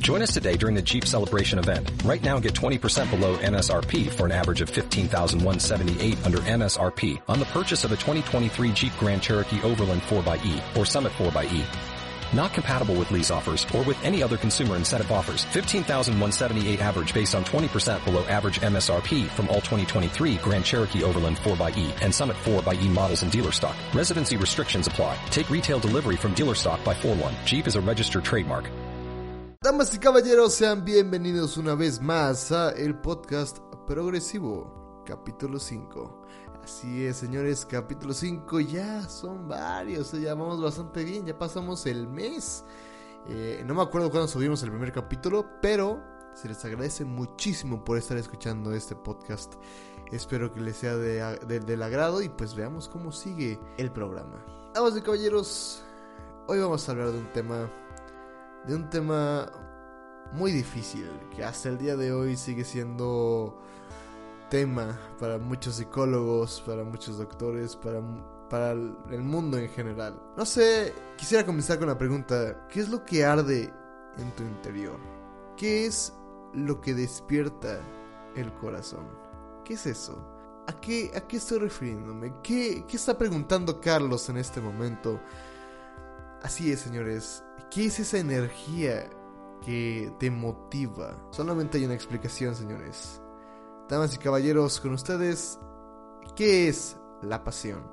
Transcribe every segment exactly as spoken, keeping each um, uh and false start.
Join us today during the Jeep Celebration event. Right now, get twenty percent below M S R P for an average of fifteen thousand one hundred seventy-eight dollars under M S R P on the purchase of a twenty twenty-three Jeep Grand Cherokee Overland four by E or Summit four by E. Not compatible with lease offers or with any other consumer incentive offers. fifteen thousand one hundred seventy-eight dollars average based on twenty percent below average M S R P from all twenty twenty-three Grand Cherokee Overland four by E and Summit four by E models in dealer stock. Residency restrictions apply. Take retail delivery from dealer stock by four one. Jeep is a registered trademark. Damas y caballeros, sean bienvenidos una vez más a el podcast progresivo, capítulo cinco. Así es, señores, capítulo cinco, ya son varios, ya vamos bastante bien, ya pasamos el mes. Eh, no me acuerdo cuándo subimos el primer capítulo, pero se les agradece muchísimo por estar escuchando este podcast. Espero que les sea de, de, del agrado y pues veamos cómo sigue el programa. Damas y caballeros, hoy vamos a hablar de un tema, de un tema muy difícil, que hasta el día de hoy sigue siendo tema para muchos psicólogos, para muchos doctores, para, para el mundo en general. No sé, quisiera comenzar con la pregunta: ¿qué es lo que arde en tu interior? ¿Qué es lo que despierta el corazón? ¿Qué es eso? ¿A qué, a qué estoy refiriéndome? ¿Qué, qué está preguntando Carlos en este momento? Así es, señores. ¿Qué es esa energía que te motiva? Solamente hay una explicación, señores. Damas y caballeros, con ustedes, ¿qué es la pasión?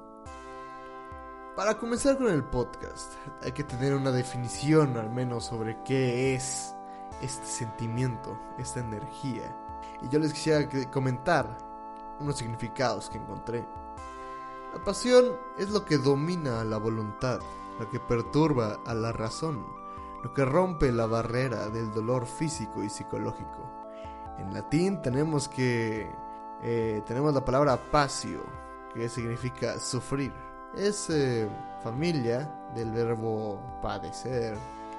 Para comenzar con el podcast, hay que tener una definición al menos sobre qué es este sentimiento, esta energía. Y yo les quisiera comentar unos significados que encontré. La pasión es lo que domina a la voluntad, lo que perturba a la razón, lo que rompe la barrera del dolor físico y psicológico. En latín tenemos que eh, tenemos la palabra passio, que significa sufrir. Es eh, familia del verbo padecer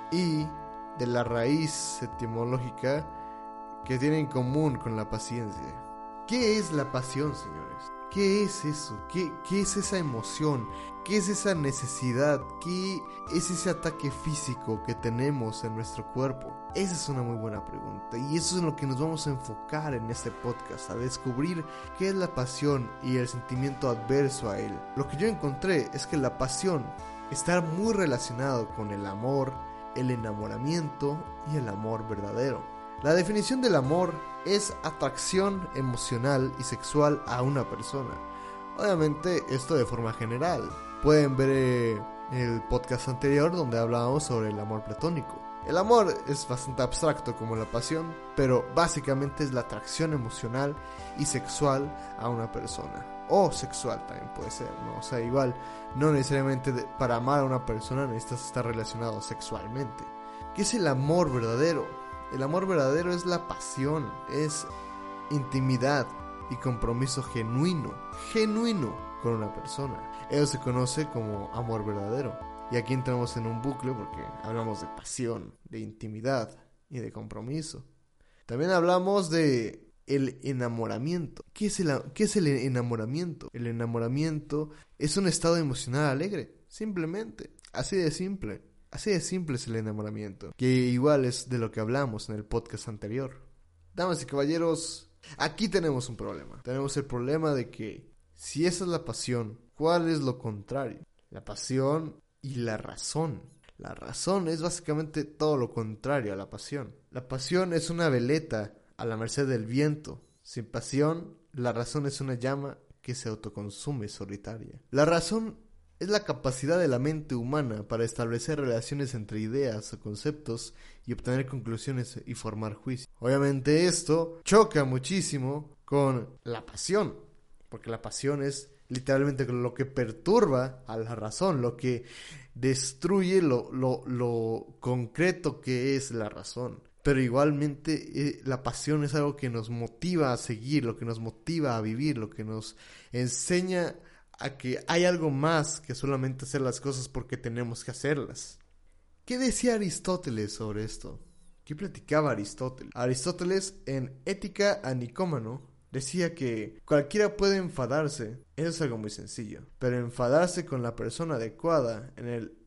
y de la raíz etimológica que tiene en común con la paciencia. ¿Qué es la pasión, señores? ¿Qué es eso? ¿Qué, qué es esa emoción? ¿Qué es esa necesidad? ¿Qué es ese ataque físico que tenemos en nuestro cuerpo? Esa es una muy buena pregunta y eso es en lo que nos vamos a enfocar en este podcast, a descubrir qué es la pasión y el sentimiento adverso a él. Lo que yo encontré es que la pasión está muy relacionado con el amor, el enamoramiento y el amor verdadero. La definición del amor es atracción emocional y sexual a una persona. Obviamente esto de forma general. Pueden ver eh, el podcast anterior donde hablábamos sobre el amor platónico. El amor es bastante abstracto como la pasión, pero básicamente es la atracción emocional y sexual a una persona. O sexual también puede ser, ¿no? O sea, igual, no necesariamente de, para amar a una persona necesitas estar relacionado sexualmente. ¿Qué es el amor verdadero? El amor verdadero es la pasión, es intimidad y compromiso genuino, genuino con una persona. Eso se conoce como amor verdadero. Y aquí entramos en un bucle porque hablamos de pasión, de intimidad y de compromiso. También hablamos de el enamoramiento. ¿Qué es el, qué es el enamoramiento? El enamoramiento es un estado emocional alegre, simplemente, así de simple. Así de simple es el enamoramiento, que igual es de lo que hablamos en el podcast anterior. Damas y caballeros, aquí tenemos un problema. Tenemos el problema de que si esa es la pasión, ¿cuál es lo contrario? La pasión y la razón. La razón es básicamente todo lo contrario a la pasión. La pasión es una veleta a la merced del viento. Sin pasión, la razón es una llama que se autoconsume solitaria. La razón es la capacidad de la mente humana para establecer relaciones entre ideas o conceptos y obtener conclusiones y formar juicios. Obviamente esto choca muchísimo con la pasión, porque la pasión es literalmente lo que perturba a la razón, lo que destruye lo, lo, lo concreto que es la razón. Pero igualmente eh, la pasión es algo que nos motiva a seguir, lo que nos motiva a vivir, lo que nos enseña a que hay algo más que solamente hacer las cosas porque tenemos que hacerlas. ¿Qué decía Aristóteles sobre esto? ¿Qué platicaba Aristóteles? Aristóteles en Ética a Nicómano decía que cualquiera puede enfadarse, eso es algo muy sencillo, pero enfadarse con la persona adecuada, en el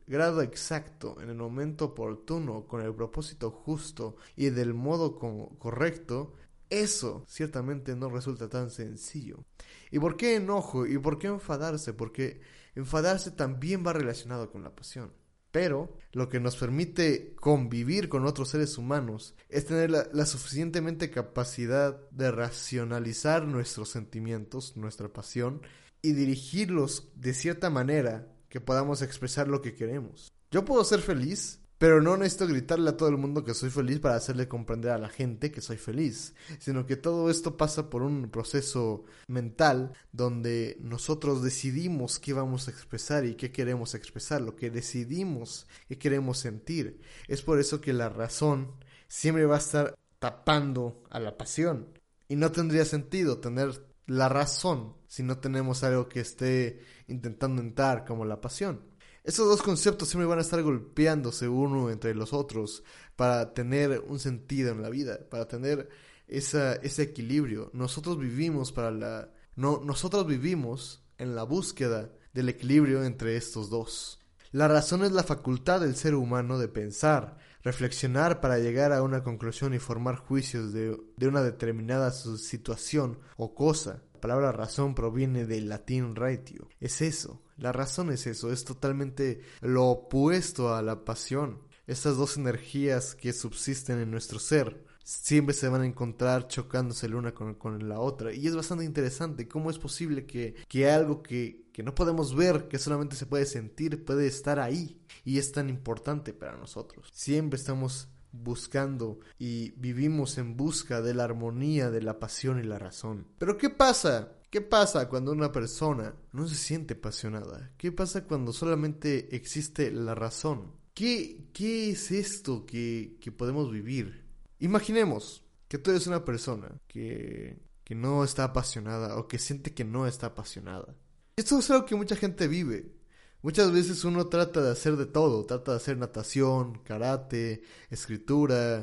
grado exacto, en el momento oportuno, con el propósito justo y del modo co- correcto, eso ciertamente no resulta tan sencillo. ¿Y por qué enojo? ¿Y por qué enfadarse? Porque enfadarse también va relacionado con la pasión. Pero lo que nos permite convivir con otros seres humanos es tener la, la suficientemente capacidad de racionalizar nuestros sentimientos, nuestra pasión, y dirigirlos de cierta manera que podamos expresar lo que queremos. Yo puedo ser feliz, pero no necesito gritarle a todo el mundo que soy feliz para hacerle comprender a la gente que soy feliz, sino que todo esto pasa por un proceso mental donde nosotros decidimos qué vamos a expresar y qué queremos expresar, lo que decidimos qué queremos sentir. Es por eso que la razón siempre va a estar tapando a la pasión. Y no tendría sentido tener la razón si no tenemos algo que esté intentando entrar como la pasión. Esos dos conceptos siempre van a estar golpeándose uno entre los otros para tener un sentido en la vida, para tener esa, ese equilibrio. Nosotros vivimos para la, no, nosotros vivimos en la búsqueda del equilibrio entre estos dos. La razón es la facultad del ser humano de pensar, reflexionar para llegar a una conclusión y formar juicios de, de una determinada situación o cosa. La palabra razón proviene del latín ratio. Es eso, la razón es eso, es totalmente lo opuesto a la pasión. Estas dos energías que subsisten en nuestro ser siempre se van a encontrar chocándose la una con, con la otra. Y es bastante interesante cómo es posible que, que algo que, que no podemos ver, que solamente se puede sentir, puede estar ahí. Y es tan importante para nosotros. Siempre estamos buscando y vivimos en busca de la armonía de la pasión y la razón. Pero ¿qué pasa? ¿Qué pasa cuando una persona no se siente apasionada? ¿Qué pasa cuando solamente existe la razón? ¿Qué, qué es esto que, que podemos vivir? Imaginemos que tú eres una persona que, que no está apasionada o que siente que no está apasionada. Esto es algo que mucha gente vive. Muchas veces uno trata de hacer de todo, trata de hacer natación, karate, escritura,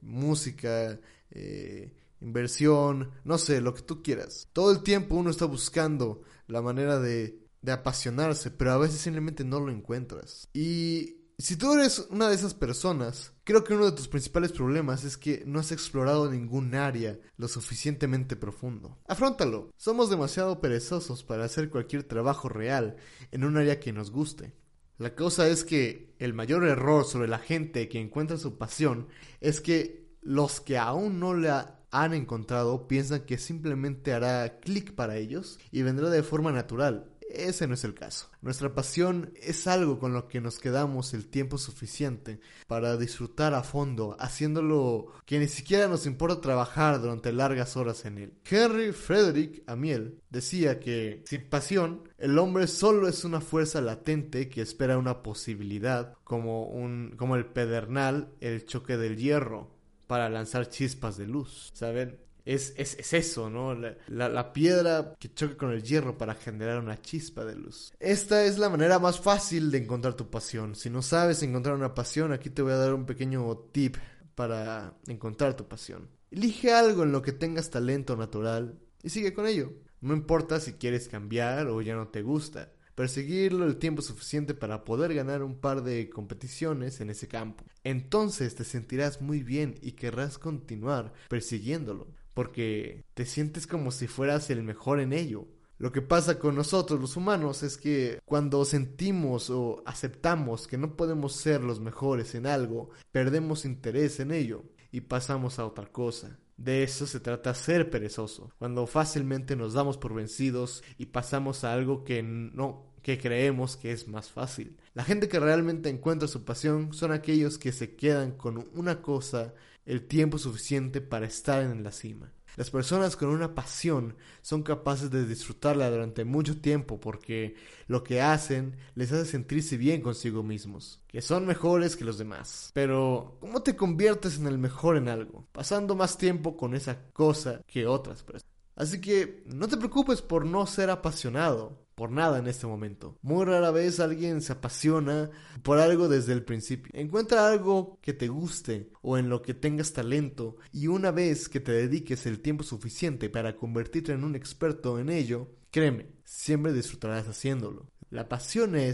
música, eh, inversión, no sé, lo que tú quieras. Todo el tiempo uno está buscando la manera de, de apasionarse, pero a veces simplemente no lo encuentras. Y si tú eres una de esas personas, creo que uno de tus principales problemas es que no has explorado ningún área lo suficientemente profundo. Afróntalo. Somos demasiado perezosos para hacer cualquier trabajo real en un área que nos guste. La cosa es que el mayor error sobre la gente que encuentra su pasión es que los que aún no la han encontrado piensan que simplemente hará clic para ellos y vendrá de forma natural. Ese no es el caso. Nuestra pasión es algo con lo que nos quedamos el tiempo suficiente para disfrutar a fondo, haciéndolo que ni siquiera nos importa trabajar durante largas horas en él. Henry Frederick Amiel decía que sin pasión, el hombre solo es una fuerza latente que espera una posibilidad, como, un, como el pedernal, el choque del hierro, para lanzar chispas de luz, ¿saben? Es, es, es eso, ¿no? La, la, la piedra que choca con el hierro para generar una chispa de luz. Esta es la manera más fácil de encontrar tu pasión. Si no sabes encontrar una pasión, aquí te voy a dar un pequeño tip para encontrar tu pasión. Elige algo en lo que tengas talento natural y sigue con ello. No importa si quieres cambiar o ya no te gusta. Perseguirlo el tiempo suficiente para poder ganar un par de competiciones en ese campo. Entonces te sentirás muy bien y querrás continuar persiguiéndolo, porque te sientes como si fueras el mejor en ello. Lo que pasa con nosotros los humanos es que cuando sentimos o aceptamos que no podemos ser los mejores en algo, perdemos interés en ello y pasamos a otra cosa. De eso se trata ser perezoso, cuando fácilmente nos damos por vencidos y pasamos a algo que no, que creemos que es más fácil. La gente que realmente encuentra su pasión son aquellos que se quedan con una cosa el tiempo suficiente para estar en la cima. Las personas con una pasión son capaces de disfrutarla durante mucho tiempo porque lo que hacen les hace sentirse bien consigo mismos, que son mejores que los demás. Pero, ¿cómo te conviertes en el mejor en algo? Pasando más tiempo con esa cosa que otras personas. Así que no te preocupes por no ser apasionado por nada en este momento. Muy rara vez alguien se apasiona por algo desde el principio. Encuentra algo que te guste o en lo que tengas talento y una vez que te dediques el tiempo suficiente para convertirte en un experto en ello, créeme, siempre disfrutarás haciéndolo. La pasión es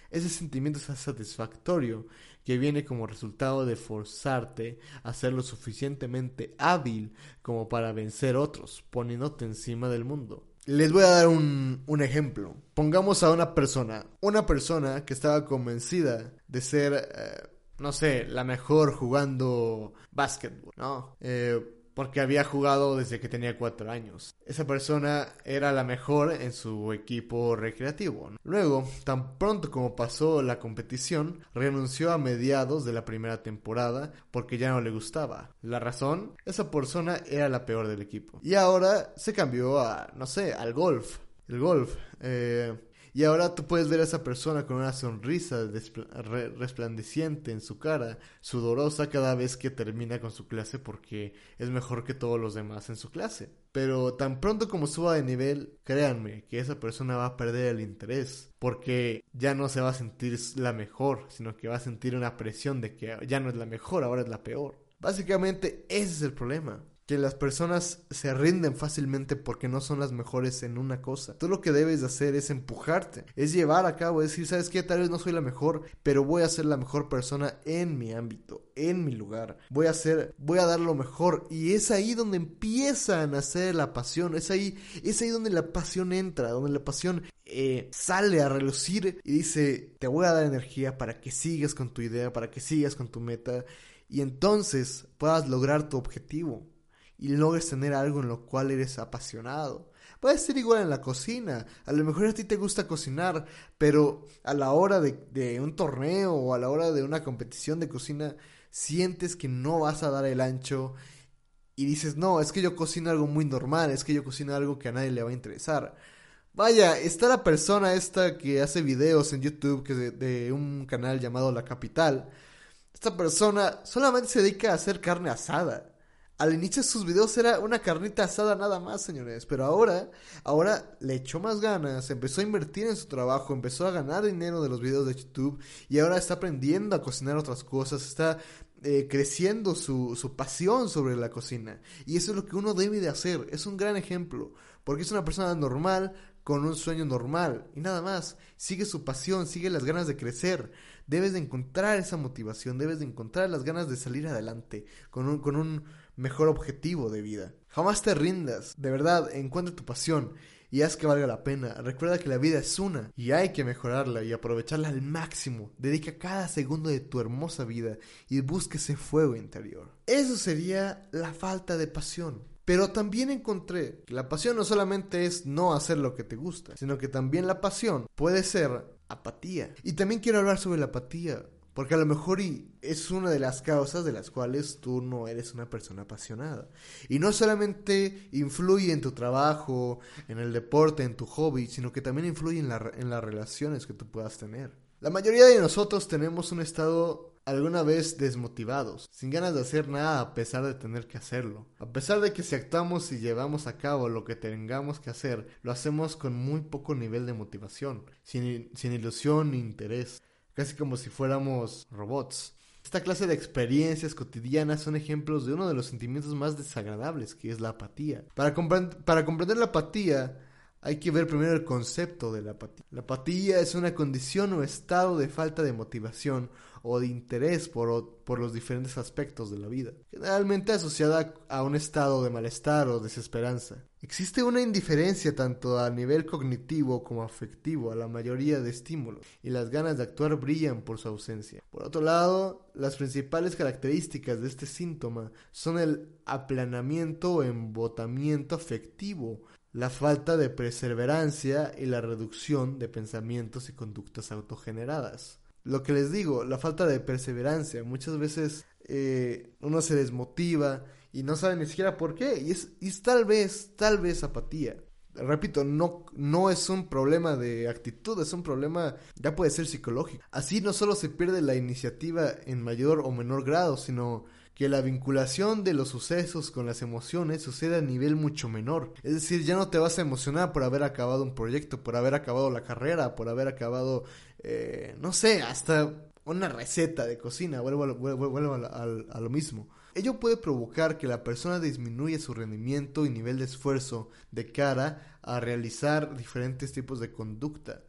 Ese sentimiento es satisfactorio que viene como resultado de forzarte a ser lo suficientemente hábil como para vencer otros, poniéndote encima del mundo. Les voy a dar un, un ejemplo. Pongamos a una persona, una persona que estaba convencida de ser, eh, no sé, la mejor jugando básquetbol, ¿no? Eh, porque había jugado desde que tenía cuatro años. Esa persona era la mejor en su equipo recreativo, ¿no? Luego, tan pronto como pasó la competición, renunció a mediados de la primera temporada porque ya no le gustaba. La razón, esa persona era la peor del equipo. Y ahora se cambió a, no sé, al golf. El golf, eh... Y ahora tú puedes ver a esa persona con una sonrisa despl- re- resplandeciente en su cara, sudorosa cada vez que termina con su clase porque es mejor que todos los demás en su clase. Pero tan pronto como suba de nivel, créanme que esa persona va a perder el interés porque ya no se va a sentir la mejor, sino que va a sentir una presión de que ya no es la mejor, ahora es la peor. Básicamente ese es el problema. Que las personas se rinden fácilmente porque no son las mejores en una cosa. Tú lo que debes de hacer es empujarte, es llevar a cabo, es decir, ¿sabes qué? Tal vez no soy la mejor, pero voy a ser la mejor persona en mi ámbito, en mi lugar. Voy a hacer, voy a dar lo mejor. Y es ahí donde empieza a nacer la pasión, es ahí, es ahí donde la pasión entra, donde la pasión eh, sale a relucir y dice, te voy a dar energía para que sigas con tu idea, para que sigas con tu meta y entonces puedas lograr tu objetivo. Y logres tener algo en lo cual eres apasionado. Puede ser igual en la cocina. A lo mejor a ti te gusta cocinar, pero a la hora de, de un torneo o a la hora de una competición de cocina, sientes que no vas a dar el ancho y dices, no, es que yo cocino algo muy normal, es que yo cocino algo que a nadie le va a interesar. Vaya, está la persona esta que hace videos en YouTube que de, de un canal llamado La Capital. Esta persona solamente se dedica a hacer carne asada. Al inicio de sus videos era una carnita asada nada más, señores. Pero ahora, ahora le echó más ganas, empezó a invertir en su trabajo, empezó a ganar dinero de los videos de YouTube y ahora está aprendiendo a cocinar otras cosas, está eh, creciendo su, su pasión sobre la cocina. Y eso es lo que uno debe de hacer. Es un gran ejemplo, porque es una persona normal con un sueño normal y nada más. Sigue su pasión, sigue las ganas de crecer. Debes de encontrar esa motivación, debes de encontrar las ganas de salir adelante con un, con un mejor objetivo de vida. Jamás te rindas, de verdad, encuentra tu pasión y haz que valga la pena. Recuerda que la vida es una y hay que mejorarla y aprovecharla al máximo. Dedica cada segundo de tu hermosa vida y busca ese fuego interior. Eso sería la falta de pasión. Pero también encontré que la pasión no solamente es no hacer lo que te gusta, sino que también la pasión puede ser apatía. Y también quiero hablar sobre la apatía, porque a lo mejor y es una de las causas de las cuales tú no eres una persona apasionada. Y no solamente influye en tu trabajo, en el deporte, en tu hobby, sino que también influye en, la, en las relaciones que tú puedas tener. La mayoría de nosotros tenemos un estado alguna vez desmotivados, sin ganas de hacer nada a pesar de tener que hacerlo. A pesar de que si actuamos y llevamos a cabo lo que tengamos que hacer, lo hacemos con muy poco nivel de motivación, sin, sin ilusión ni interés, casi como si fuéramos robots. Esta clase de experiencias cotidianas son ejemplos de uno de los sentimientos más desagradables, que es la apatía. Para, comprend- para comprender la apatía, hay que ver primero el concepto de la apatía. La apatía es una condición o estado de falta de motivación o de interés por, por los diferentes aspectos de la vida, generalmente asociada a un estado de malestar o desesperanza. Existe una indiferencia tanto a nivel cognitivo como afectivo a la mayoría de estímulos, y las ganas de actuar brillan por su ausencia. Por otro lado, las principales características de este síntoma son el aplanamiento o embotamiento afectivo, la falta de perseverancia y la reducción de pensamientos y conductas autogeneradas. Lo que les digo, la falta de perseverancia. Muchas veces eh, uno se desmotiva y no sabe ni siquiera por qué. Y es, y es tal vez, tal vez apatía. Repito, no, no es un problema de actitud, es un problema, ya puede ser psicológico. Así no solo se pierde la iniciativa en mayor o menor grado, sino que la vinculación de los sucesos con las emociones sucede a nivel mucho menor. Es decir, ya no te vas a emocionar por haber acabado un proyecto, por haber acabado la carrera, por haber acabado, eh, no sé, hasta una receta de cocina. Vuelvo, a lo, vuelvo, vuelvo a, a, a lo mismo. Ello puede provocar que la persona disminuya su rendimiento y nivel de esfuerzo de cara a realizar diferentes tipos de conducta.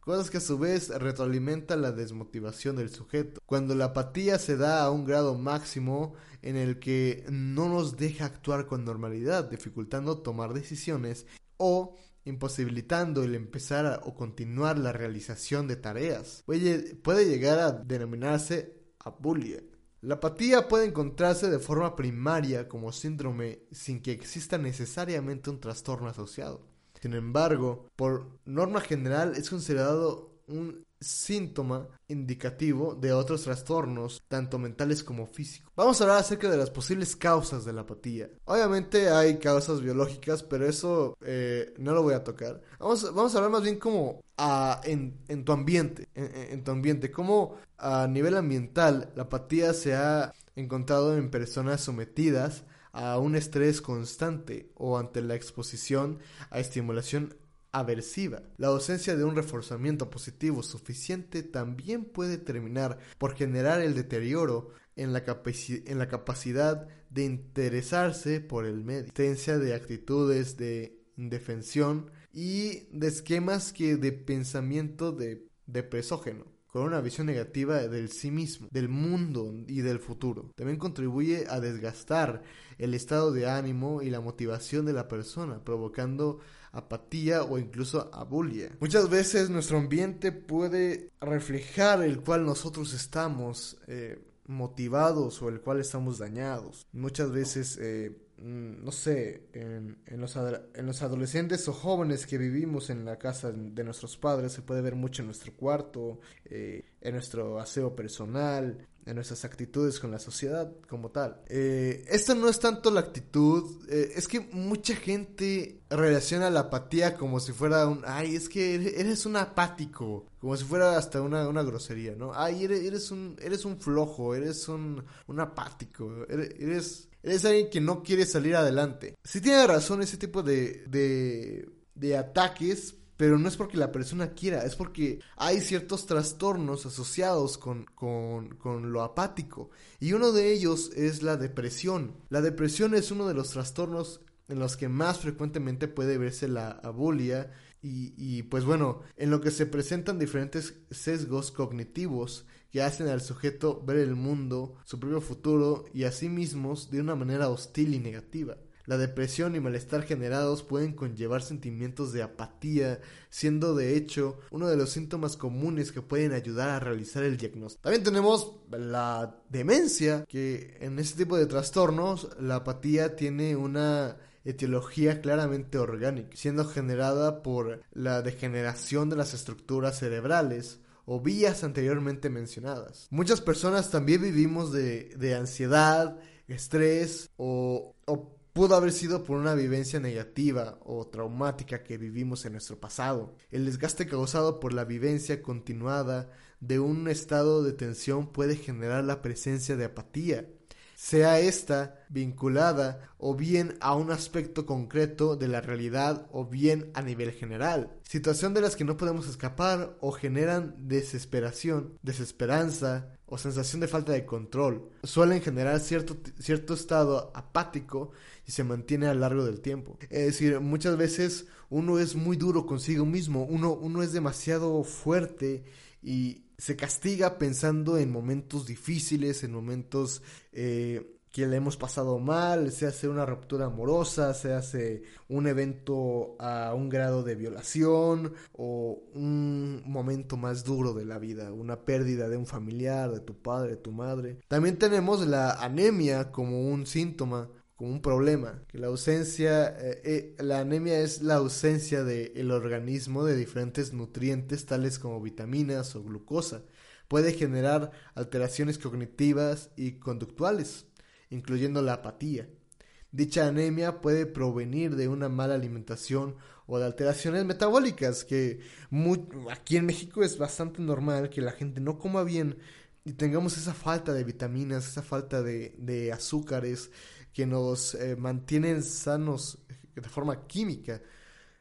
cosas que a su vez retroalimentan la desmotivación del sujeto. Cuando la apatía se da a un grado máximo en el que no nos deja actuar con normalidad, dificultando tomar decisiones o imposibilitando el empezar a, o continuar la realización de tareas, puede, puede llegar a denominarse abulia. La apatía puede encontrarse de forma primaria como síndrome sin que exista necesariamente un trastorno asociado. Sin embargo, por norma general es considerado un síntoma indicativo de otros trastornos, tanto mentales como físicos. Vamos a hablar acerca de las posibles causas de la apatía. Obviamente hay causas biológicas, pero eso eh, no lo voy a tocar. Vamos, vamos a hablar más bien como a, en, en tu ambiente, en, en tu ambiente, cómo a nivel ambiental la apatía se ha encontrado en personas sometidas a un estrés constante o ante la exposición a estimulación aversiva. La ausencia de un reforzamiento positivo suficiente también puede terminar por generar el deterioro en la, capaci- en la capacidad de interesarse por el medio, existencia de actitudes de indefensión y de esquemas que de pensamiento de depresógeno, con una visión negativa del sí mismo, del mundo y del futuro. También contribuye a desgastar el estado de ánimo y la motivación de la persona, provocando apatía o incluso abulia. Muchas veces nuestro ambiente puede reflejar el cual nosotros estamos eh, motivados o el cual estamos dañados. Muchas veces, eh, no sé, en, en, los ad- en los adolescentes o jóvenes que vivimos en la casa de nuestros padres se puede ver mucho en nuestro cuarto, eh, en nuestro aseo personal, en nuestras actitudes con la sociedad como tal. Eh, esto no es tanto la actitud, eh, es que mucha gente relaciona la apatía como si fuera un, ay, es que eres, eres un apático, como si fuera hasta una, una grosería, ¿no? Ay, eres, eres un, eres un flojo, eres un, un apático, eres, eres, eres alguien que no quiere salir adelante. Sí tiene razón ese tipo de, de, de ataques, pero no es porque la persona quiera, es porque hay ciertos trastornos asociados con, con, con lo apático. Y uno de ellos es la depresión. La depresión es uno de los trastornos en los que más frecuentemente puede verse la abulia. Y, y pues bueno, en lo que se presentan diferentes sesgos cognitivos que hacen al sujeto ver el mundo, su propio futuro y a sí mismos de una manera hostil y negativa. La depresión y malestar generados pueden conllevar sentimientos de apatía, siendo de hecho uno de los síntomas comunes que pueden ayudar a realizar el diagnóstico. También tenemos la demencia, que en este tipo de trastornos la apatía tiene una etiología claramente orgánica, siendo generada por la degeneración de las estructuras cerebrales o vías anteriormente mencionadas. Muchas personas también vivimos de, de ansiedad, estrés o, o pudo haber sido por una vivencia negativa o traumática que vivimos en nuestro pasado. El desgaste causado por la vivencia continuada de un estado de tensión puede generar la presencia de apatía, sea esta vinculada o bien a un aspecto concreto de la realidad o bien a nivel general. Situación de las que no podemos escapar o generan desesperación, desesperanza o sensación de falta de control. Suelen generar cierto, cierto estado apático y se mantiene a lo largo del tiempo. Es decir, muchas veces uno es muy duro consigo mismo, uno, uno es demasiado fuerte y se castiga pensando en momentos difíciles, en momentos eh, que le hemos pasado mal, se hace una ruptura amorosa, se hace un evento a un grado de violación o un momento más duro de la vida, una pérdida de un familiar, de tu padre, de tu madre. También tenemos la anemia como un síntoma, como un problema, que la ausencia, eh, eh, la anemia es la ausencia del organismo de diferentes nutrientes tales como vitaminas o glucosa. Puede generar alteraciones cognitivas y conductuales, incluyendo la apatía. Dicha anemia puede provenir de una mala alimentación o de alteraciones metabólicas, que muy, aquí en México es bastante normal que la gente no coma bien y tengamos esa falta de vitaminas, esa falta de, de azúcares que nos eh, mantienen sanos de forma química.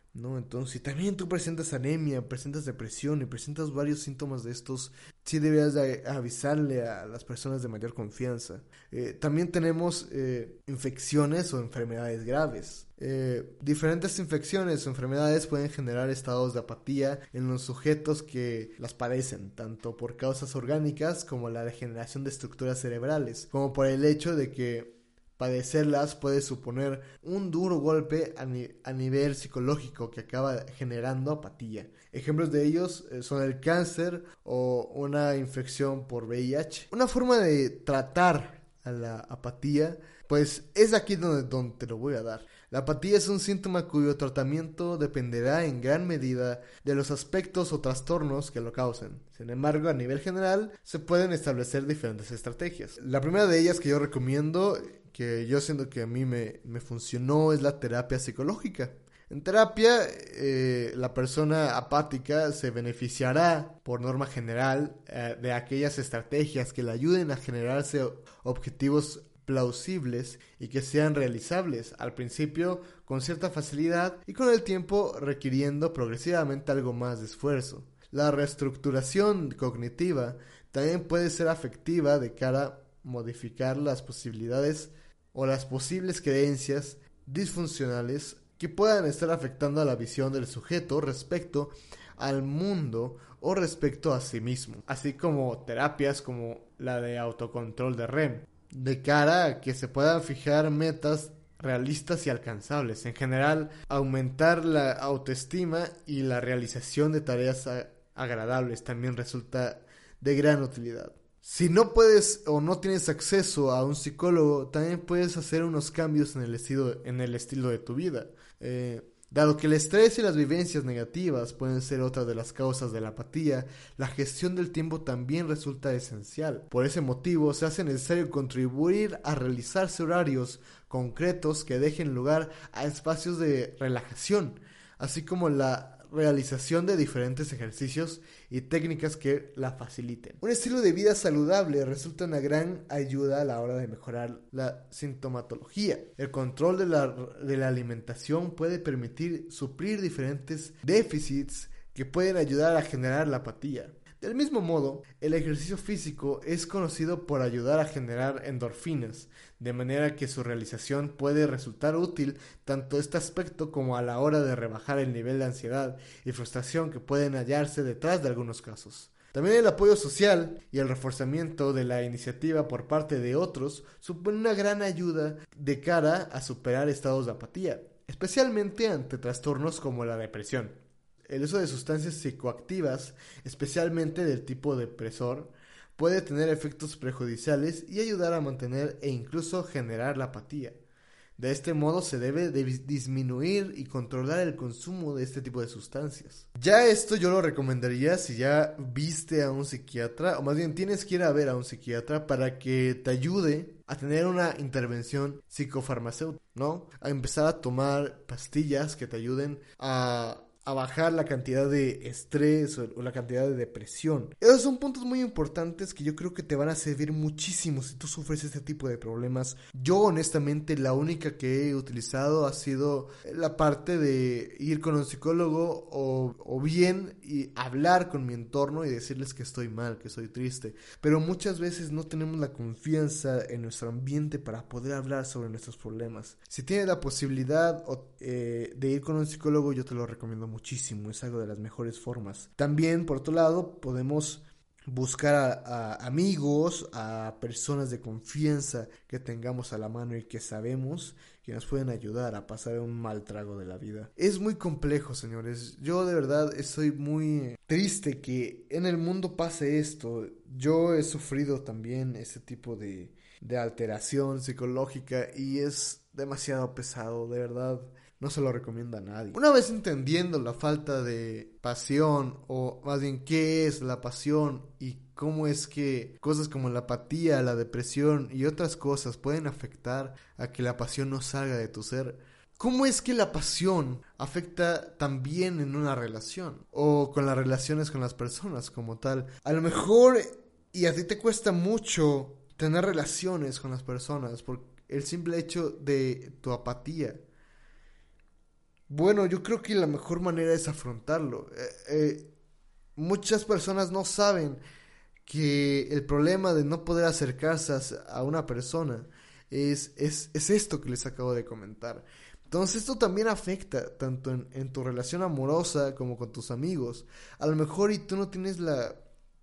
¿no? Entonces, si también tú presentas anemia, presentas depresión y presentas varios síntomas de estos, sí deberías de avisarle a las personas de mayor confianza. Eh, también tenemos eh, infecciones o enfermedades graves. Eh, diferentes infecciones o enfermedades pueden generar estados de apatía en los sujetos que las padecen, tanto por causas orgánicas como la degeneración de estructuras cerebrales, como por el hecho de que padecerlas puede suponer un duro golpe a, ni- a nivel psicológico que acaba generando apatía. Ejemplos de ellos eh, son el cáncer o una infección por V I H. Una forma de tratar a la apatía, pues es aquí donde, donde te lo voy a dar. La apatía es un síntoma cuyo tratamiento dependerá en gran medida de los aspectos o trastornos que lo causen. Sin embargo, a nivel general, se pueden establecer diferentes estrategias. La primera de ellas que yo recomiendo, que yo siento que a mí me, me funcionó, es la terapia psicológica. En terapia, eh, la persona apática se beneficiará, por norma general, eh, de aquellas estrategias que le ayuden a generarse objetivos plausibles y que sean realizables, al principio con cierta facilidad y con el tiempo requiriendo progresivamente algo más de esfuerzo. La reestructuración cognitiva también puede ser afectiva de cara a modificar las posibilidades o las posibles creencias disfuncionales que puedan estar afectando a la visión del sujeto respecto al mundo o respecto a sí mismo, así como terapias como la de autocontrol de R E M, de cara a que se puedan fijar metas realistas y alcanzables. En general, aumentar la autoestima y la realización de tareas a- agradables también resulta de gran utilidad. Si no puedes o no tienes acceso a un psicólogo, también puedes hacer unos cambios en el estilo, en el estilo de tu vida. Eh, Dado que el estrés y las vivencias negativas pueden ser otra de las causas de la apatía, la gestión del tiempo también resulta esencial. Por ese motivo, se hace necesario contribuir a realizarse horarios concretos que dejen lugar a espacios de relajación, así como la realización de diferentes ejercicios y técnicas que la faciliten. Un estilo de vida saludable resulta una gran ayuda a la hora de mejorar la sintomatología. El control de la, de la alimentación puede permitir suplir diferentes déficits que pueden ayudar a generar la apatía. Del mismo modo, el ejercicio físico es conocido por ayudar a generar endorfinas, de manera que su realización puede resultar útil tanto este aspecto como a la hora de rebajar el nivel de ansiedad y frustración que pueden hallarse detrás de algunos casos. También el apoyo social y el reforzamiento de la iniciativa por parte de otros supone una gran ayuda de cara a superar estados de apatía, especialmente ante trastornos como la depresión. El uso de sustancias psicoactivas, especialmente del tipo depresor, puede tener efectos perjudiciales y ayudar a mantener e incluso generar la apatía. De este modo se debe de disminuir y controlar el consumo de este tipo de sustancias. Ya esto yo lo recomendaría si ya viste a un psiquiatra, o más bien tienes que ir a ver a un psiquiatra para que te ayude a tener una intervención psicofarmacéutica, ¿no? A empezar a tomar pastillas que te ayuden a a bajar la cantidad de estrés o, o la cantidad de depresión. Esos son puntos muy importantes que yo creo que te van a servir muchísimo si tú sufres este tipo de problemas. Yo honestamente la única que he utilizado ha sido la parte de ir con un psicólogo o, o bien y hablar con mi entorno y decirles que estoy mal, que estoy triste. Pero muchas veces no tenemos la confianza en nuestro ambiente para poder hablar sobre nuestros problemas. Si tienes la posibilidad eh, de ir con un psicólogo, yo te lo recomiendo muchísimo, es algo de las mejores formas. También, por otro lado, podemos buscar a, a amigos, a personas de confianza que tengamos a la mano y que sabemos que nos pueden ayudar a pasar un mal trago de la vida. Es muy complejo, señores. Yo de verdad estoy muy triste que en el mundo pase esto. Yo he sufrido también ese tipo de, de alteración psicológica y es demasiado pesado, de verdad. No se lo recomiendo a nadie. Una vez entendiendo la falta de pasión, o más bien qué es la pasión y cómo es que cosas como la apatía, la depresión y otras cosas pueden afectar a que la pasión no salga de tu ser, ¿cómo es que la pasión afecta también en una relación? O con las relaciones con las personas como tal. A lo mejor, y a ti te cuesta mucho tener relaciones con las personas por el simple hecho de tu apatía. Bueno, yo creo que la mejor manera es afrontarlo. Eh, eh, muchas personas no saben que el problema de no poder acercarse a una persona es, es, es esto que les acabo de comentar. Entonces esto también afecta tanto en, en tu relación amorosa como con tus amigos. A lo mejor y tú no tienes la,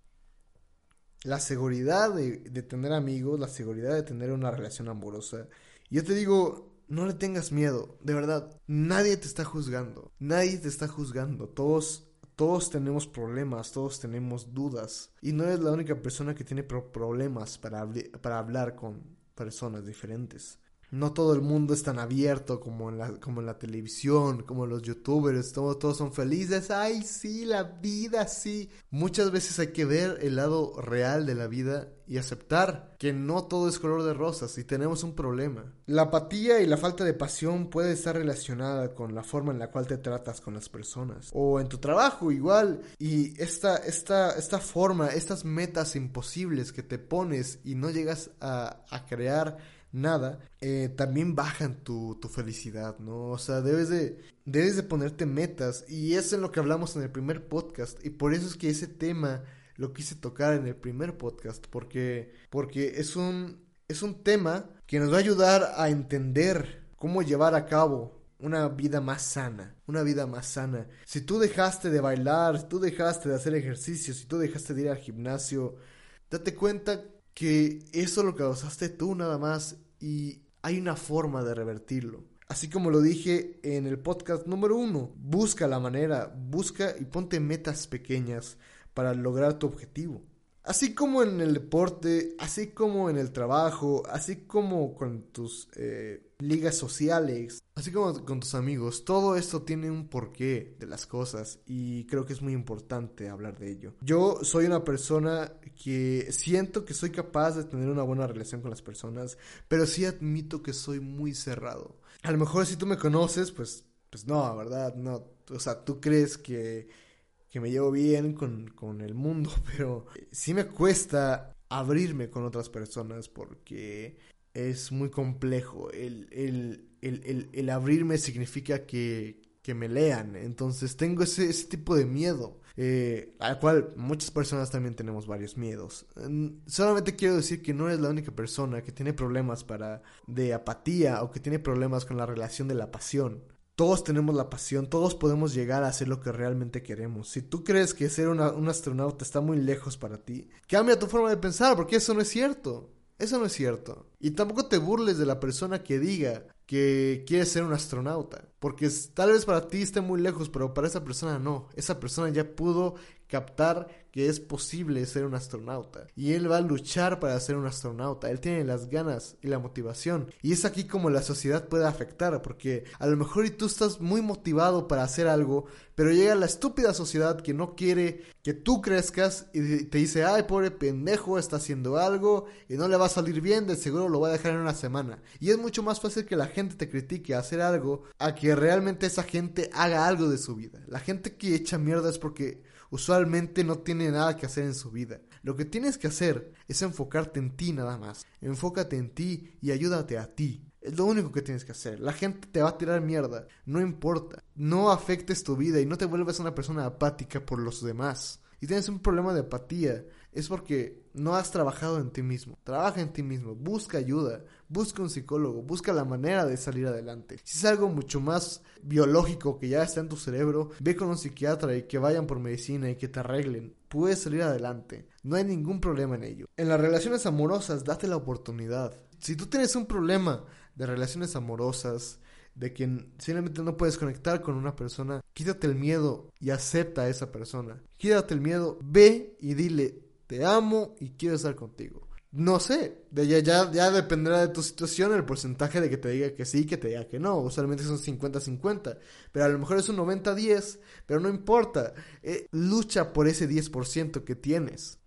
la seguridad de, de tener amigos, la seguridad de tener una relación amorosa. Y yo te digo, no le tengas miedo, de verdad, nadie te está juzgando, nadie te está juzgando, todos... Todos tenemos problemas, todos tenemos dudas. Y no eres la única persona que tiene pro- problemas para, habl- para hablar con personas diferentes. No todo el mundo es tan abierto como en la, como en la televisión, como los youtubers. Todos, todos son felices. ¡Ay, sí, la vida, sí! Muchas veces hay que ver el lado real de la vida y aceptar que no todo es color de rosas y tenemos un problema. La apatía y la falta de pasión puede estar relacionada con la forma en la cual te tratas con las personas. O en tu trabajo igual. Y esta, esta, esta forma, estas metas imposibles que te pones y no llegas a, a crear nada, eh, también bajan tu, tu felicidad, ¿no? O sea, debes de, debes de ponerte metas. Y eso es lo que hablamos en el primer podcast. Y por eso es que ese tema lo quise tocar en el primer podcast, porque, porque es un, es un tema que nos va a ayudar a entender cómo llevar a cabo una vida más sana, una vida más sana. Si tú dejaste de bailar, si tú dejaste de hacer ejercicio, si tú dejaste de ir al gimnasio, date cuenta que eso lo causaste tú nada más y hay una forma de revertirlo. Así como lo dije en el podcast número uno, busca la manera, busca y ponte metas pequeñas para lograr tu objetivo. Así como en el deporte, así como en el trabajo, así como con tus eh, ligas sociales, así como con tus amigos, todo esto tiene un porqué de las cosas y creo que es muy importante hablar de ello. Yo soy una persona que siento que soy capaz de tener una buena relación con las personas, pero sí admito que soy muy cerrado. A lo mejor si tú me conoces, pues, pues no, ¿verdad? No, o sea, tú crees que... que me llevo bien con, con el mundo, pero sí me cuesta abrirme con otras personas porque es muy complejo. El, el, el, el, el abrirme significa que, que me lean, entonces tengo ese, ese tipo de miedo, eh, al cual muchas personas también tenemos varios miedos. Solamente quiero decir que no eres la única persona que tiene problemas para, de apatía o que tiene problemas con la relación de la pasión. Todos tenemos la pasión, todos podemos llegar a hacer lo que realmente queremos. Si tú crees que ser una, un astronauta está muy lejos para ti, cambia tu forma de pensar, porque eso no es cierto. Eso no es cierto. Y tampoco te burles de la persona que diga que quiere ser un astronauta, porque es, tal vez para ti esté muy lejos, pero para esa persona no. Esa persona ya pudo captar que es posible ser un astronauta y él va a luchar para ser un astronauta. Él tiene las ganas y la motivación, y es aquí como la sociedad puede afectar, porque a lo mejor y tú estás muy motivado para hacer algo, pero llega la estúpida sociedad que no quiere que tú crezcas y te dice: ay, pobre pendejo, está haciendo algo y no le va a salir bien, de seguro lo va a dejar en una semana. Y es mucho más fácil que la gente te critique a hacer algo a que realmente esa gente haga algo de su vida. La gente que echa mierda es porque usualmente no tiene nada que hacer en su vida. Lo que tienes que hacer es enfocarte en ti nada más. Enfócate en ti y ayúdate a ti. Es lo único que tienes que hacer. La gente te va a tirar mierda, no importa. No afectes tu vida y no te vuelvas una persona apática por los demás. Y tienes un problema de apatía, es porque no has trabajado en ti mismo. Trabaja en ti mismo, busca ayuda, busca un psicólogo, busca la manera de salir adelante. Si es algo mucho más biológico que ya está en tu cerebro, ve con un psiquiatra y que vayan por medicina y que te arreglen. Puedes salir adelante, no hay ningún problema en ello. En las relaciones amorosas, date la oportunidad. Si tú tienes un problema de relaciones amorosas, de que simplemente no puedes conectar con una persona, quítate el miedo y acepta a esa persona. Quítate el miedo, ve y dile: te amo y quiero estar contigo. No sé, de ya, ya, ya dependerá de tu situación el porcentaje de que te diga que sí, que te diga que no. Usualmente son cincuenta cincuenta, pero a lo mejor es un noventa diez, pero no importa. Eh, lucha por ese diez por ciento que tienes.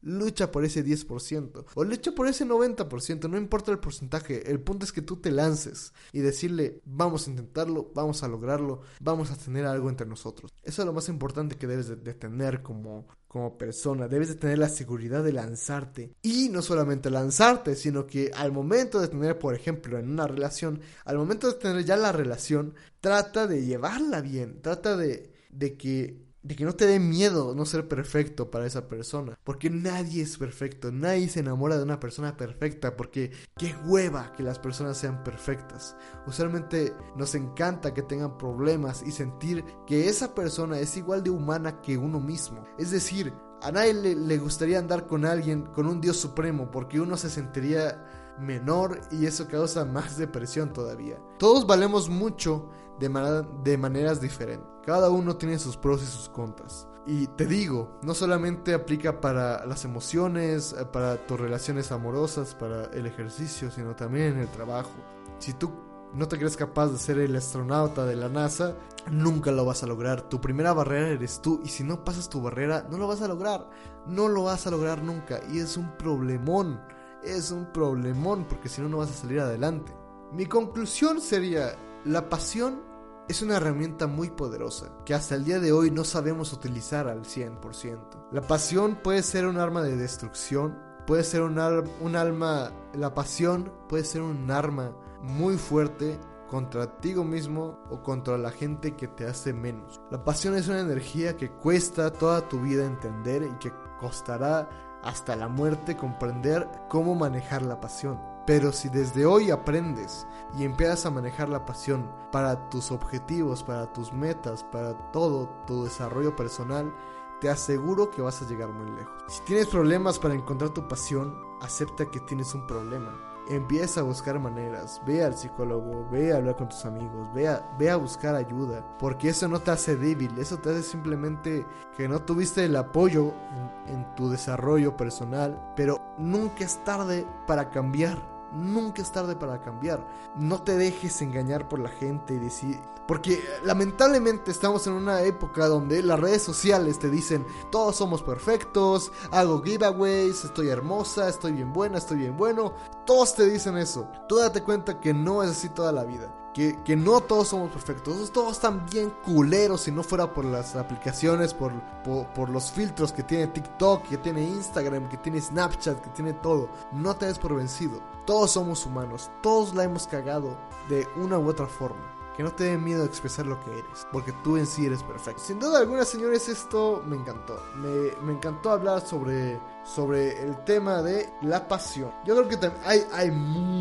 lucha por ese diez por ciento o lucha por ese noventa por ciento, no importa el porcentaje, el punto es que tú te lances y decirle, vamos a intentarlo, vamos a lograrlo, vamos a tener algo entre nosotros. Eso es lo más importante que debes de, de tener como, como persona, debes de tener la seguridad de lanzarte, y no solamente lanzarte, sino que al momento de tener, por ejemplo, en una relación, al momento de tener ya la relación, trata de llevarla bien, trata de, de que de que no te dé miedo no ser perfecto para esa persona, porque nadie es perfecto, nadie se enamora de una persona perfecta, porque qué hueva que las personas sean perfectas. Usualmente nos encanta que tengan problemas y sentir que esa persona es igual de humana que uno mismo. Es decir, a nadie le, le gustaría andar con alguien, con un Dios supremo, porque uno se sentiría menor y eso causa más depresión todavía. Todos valemos mucho de, man- de maneras diferentes. Cada uno tiene sus pros y sus contras. Y te digo, no solamente aplica para las emociones, para tus relaciones amorosas, para el ejercicio, sino también en el trabajo. Si tú no te crees capaz de ser el astronauta de la NASA, nunca lo vas a lograr. Tu primera barrera eres tú, y si no pasas tu barrera, no lo vas a lograr. No lo vas a lograr nunca, y es un problemón. Es un problemón, porque si no, no vas a salir adelante. Mi conclusión sería, la pasión es una herramienta muy poderosa que hasta el día de hoy no sabemos utilizar al cien por ciento. La pasión puede ser un arma de destrucción, puede ser un, ar- un alma, la pasión puede ser un arma muy fuerte contra ti mismo o contra la gente que te hace menos. La pasión es una energía que cuesta toda tu vida entender y que costará hasta la muerte comprender cómo manejar la pasión. Pero si desde hoy aprendes y empiezas a manejar la pasión para tus objetivos, para tus metas, para todo tu desarrollo personal, te aseguro que vas a llegar muy lejos. Si tienes problemas para encontrar tu pasión, acepta que tienes un problema. Empieza a buscar maneras, ve al psicólogo, ve a hablar con tus amigos, ve a, ve a buscar ayuda, porque eso no te hace débil, eso te hace simplemente que no tuviste el apoyo en, en tu desarrollo personal, pero nunca es tarde para cambiar. Nunca es tarde para cambiar. No te dejes engañar por la gente y decir... Porque lamentablemente estamos en una época donde las redes sociales te dicen todos somos perfectos, hago giveaways, estoy hermosa, estoy bien buena, estoy bien bueno. Todos te dicen eso. Tú date cuenta que no es así toda la vida. Que, que no todos somos perfectos, todos están bien culeros. Si no fuera por las aplicaciones, por, por, por los filtros que tiene TikTok, que tiene Instagram, que tiene Snapchat, que tiene todo. No te des por vencido. Todos somos humanos, todos la hemos cagado de una u otra forma. Que no te dé miedo a expresar lo que eres, porque tú en sí eres perfecto. Sin duda alguna, señores, esto me encantó. Me, me encantó hablar sobre, sobre el tema de la pasión. Yo creo que también hay, hay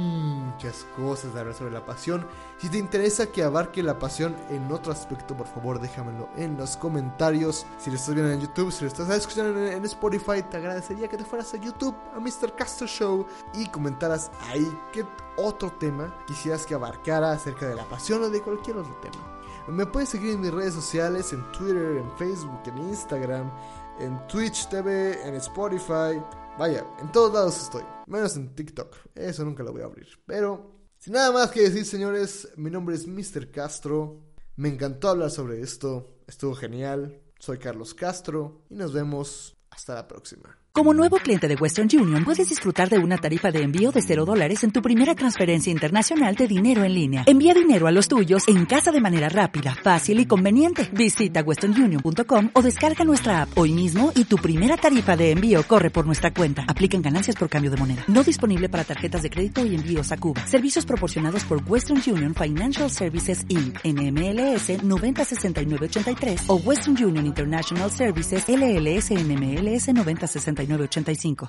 muchas cosas de hablar sobre la pasión. Si te interesa que abarque la pasión en otro aspecto, por favor déjamelo en los comentarios. Si lo estás viendo en YouTube, si lo estás escuchando en, en Spotify, te agradecería que te fueras a YouTube, a mister Castro Show, y comentaras ahí qué otro tema quisieras que abarcara acerca de la pasión o de cualquier otro tema. Me puedes seguir en mis redes sociales, en Twitter, en Facebook, en Instagram, en Twitch T V, en Spotify. Vaya, en todos lados estoy, menos en TikTok. Eso nunca lo voy a abrir. Pero sin nada más que decir, señores, mi nombre es mister Castro. Me encantó hablar sobre esto, estuvo genial. Soy Carlos Castro y nos vemos hasta la próxima. Como nuevo cliente de Western Union, puedes disfrutar de una tarifa de envío de cero dólares en tu primera transferencia internacional de dinero en línea. Envía dinero a los tuyos en casa de manera rápida, fácil y conveniente. Visita western union punto com o descarga nuestra app hoy mismo y tu primera tarifa de envío corre por nuestra cuenta. Aplican ganancias por cambio de moneda. No disponible para tarjetas de crédito y envíos a Cuba. Servicios proporcionados por Western Union Financial Services incorporated. N M L S noventa sesenta y nueve ochenta y tres o Western Union International Services L L S N M L S noventa sesenta y nueve ochenta y cinco.